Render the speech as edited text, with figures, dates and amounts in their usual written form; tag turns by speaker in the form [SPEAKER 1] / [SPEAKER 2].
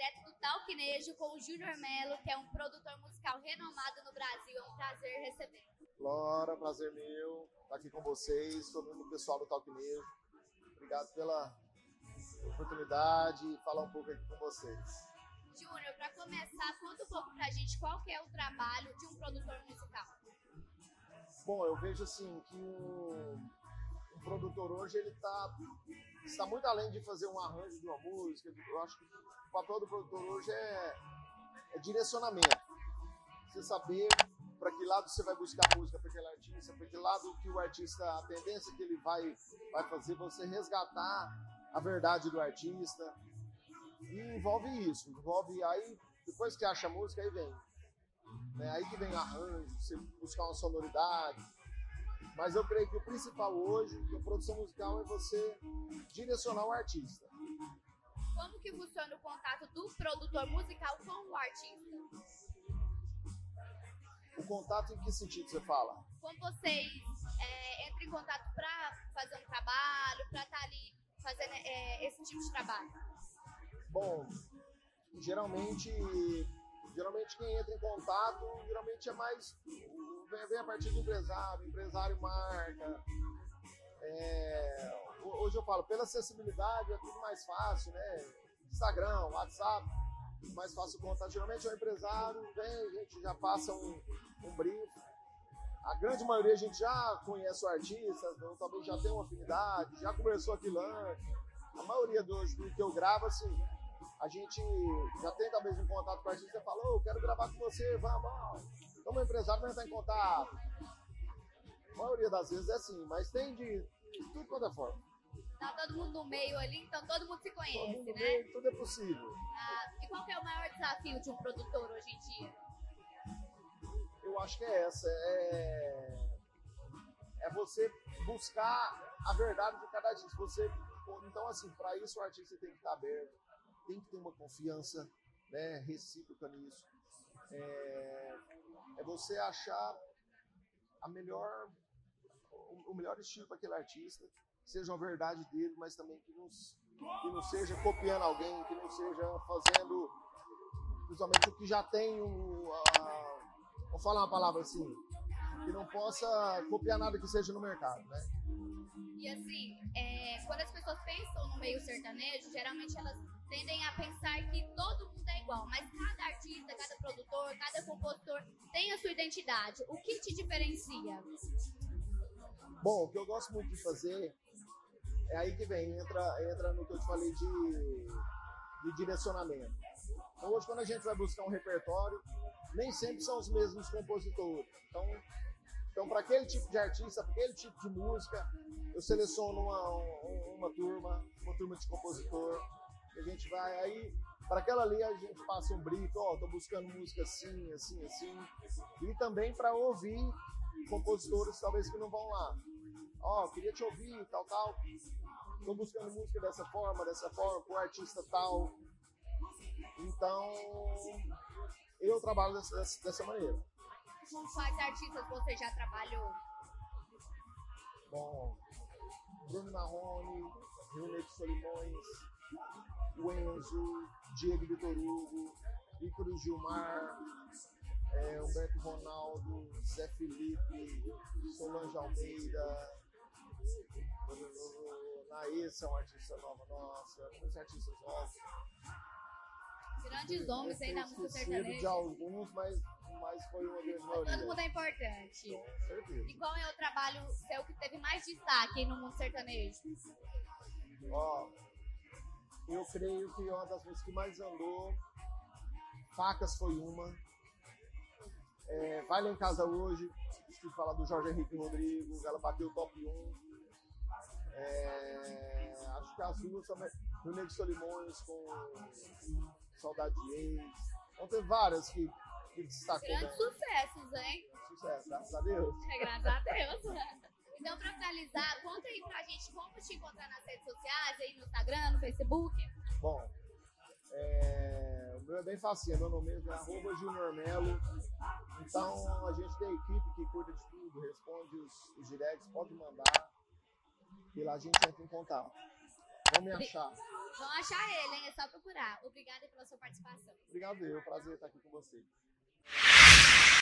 [SPEAKER 1] direto do Talquinejo com o Júnior Melo, que é um produtor musical renomado no Brasil. É um prazer receber.
[SPEAKER 2] Laura, prazer meu estar aqui com vocês, todo mundo pessoal do Talquinejo. Obrigado pela oportunidade de falar um pouco aqui com vocês.
[SPEAKER 1] Júnior, para começar, conta um pouco pra gente qual que é o trabalho de um produtor musical.
[SPEAKER 2] Bom, eu vejo assim que um produtor hoje ele está muito além de fazer um arranjo de uma música. Eu acho que o papel do produtor hoje é direcionamento. Você saber para que lado você vai buscar música para aquele artista, para que lado que o artista, a tendência que ele vai fazer, você resgatar a verdade do artista. E envolve isso, envolve aí, depois que acha a música, aí vem. Né? Aí que vem arranjo, você buscar uma sonoridade. Mas eu creio que o principal hoje, da produção musical, é você direcionar o artista.
[SPEAKER 1] Como que funciona o contato do produtor musical com o artista?
[SPEAKER 2] O contato em que sentido você fala?
[SPEAKER 1] Como vocês entram em contato para fazer um trabalho, para estar ali fazendo esse tipo de trabalho?
[SPEAKER 2] Bom, geralmente quem entra em contato, geralmente é mais, vem a partir do empresário marca. Hoje eu falo, pela acessibilidade é tudo mais fácil, né? Instagram, WhatsApp, mais fácil o contato. Geralmente é o empresário, vem, a gente já passa um brief. A grande maioria a gente já conhece o artista, ou talvez já tem uma afinidade, já conversou aquilo antes. A maioria do que eu gravo, assim, a gente já tem talvez um contato com o artista e fala, eu quero gravar com você, vamos. Então o empresário vai entrar em contato. A maioria das vezes é assim, mas tem de tudo quanto é forma.
[SPEAKER 1] Tá todo mundo no meio ali, então todo mundo se conhece,
[SPEAKER 2] mundo
[SPEAKER 1] né?
[SPEAKER 2] meio, tudo é possível.
[SPEAKER 1] E qual que é o maior desafio de um produtor hoje em dia?
[SPEAKER 2] Eu acho que é essa, é você buscar a verdade de cada artista. Então, assim, para isso o artista tem que estar aberto, tem que ter uma confiança, né, recíproca nisso. É você achar o melhor estilo para aquele artista, que seja a verdade dele, mas também que não seja copiando alguém, que não seja fazendo principalmente o que já tem, vou falar uma palavra assim, que não possa copiar nada que seja no mercado, né?
[SPEAKER 1] E assim, quando as pessoas pensam no meio sertanejo, geralmente elas tendem a pensar que todo mundo é igual, mas cada artista, cada produtor, cada compositor tem a sua identidade. O que te diferencia?
[SPEAKER 2] Bom, o que eu gosto muito de fazer é aí que vem, entra no que eu te falei de direcionamento. Então hoje quando a gente vai buscar um repertório, nem sempre são os mesmos compositores. Então para aquele tipo de artista, para aquele tipo de música, eu seleciono uma turma de compositor, e a gente vai aí, para aquela ali a gente passa um brief, tô buscando música assim, assim, assim, e também para ouvir compositores talvez que não vão lá. Queria te ouvir, tal, tô buscando música dessa forma, com artista tal. Então, eu trabalho dessa maneira.
[SPEAKER 1] Com quais artistas você já trabalhou?
[SPEAKER 2] Bom, Bruno Marrone, Rio Solimões, o Enzo, Diego Vitor Hugo, Ícaro Gilmar, Humberto Ronaldo, Zé Felipe, Solange Almeida, Naessa é uma artista nova nossa, muitos artistas novos.
[SPEAKER 1] Grandes nomes aí na música sertaneja.
[SPEAKER 2] De alguns, mas foi uma grande maioria.
[SPEAKER 1] Todo mundo é importante.
[SPEAKER 2] Com certeza.
[SPEAKER 1] E qual é o trabalho seu que teve mais destaque aí no mundo sertanejo?
[SPEAKER 2] Eu creio que uma das músicas que mais andou, Facas foi uma. Vai lá em casa hoje, se falar do Jorge Henrique Rodrigo, ela bateu o top 1. Acho que as duas também, Rio Negro Solimões com Saudade de Ex. Então teve várias que destacou.
[SPEAKER 1] Grandes sucessos, hein?
[SPEAKER 2] Sucesso, graças a Deus.
[SPEAKER 1] Graças a Deus. Então, pra finalizar, conta aí pra gente como te encontrar nas redes sociais, aí no Instagram, no Facebook.
[SPEAKER 2] Bom, o meu é bem fácil, meu nome é @Junior Melo. Então a gente tem equipe que cuida de tudo, responde os directs, pode mandar e lá a gente entra em contato. Vão me achar.
[SPEAKER 1] Vão achar ele, hein? É só procurar. Obrigada pela sua participação.
[SPEAKER 2] Obrigado, prazer estar aqui com você.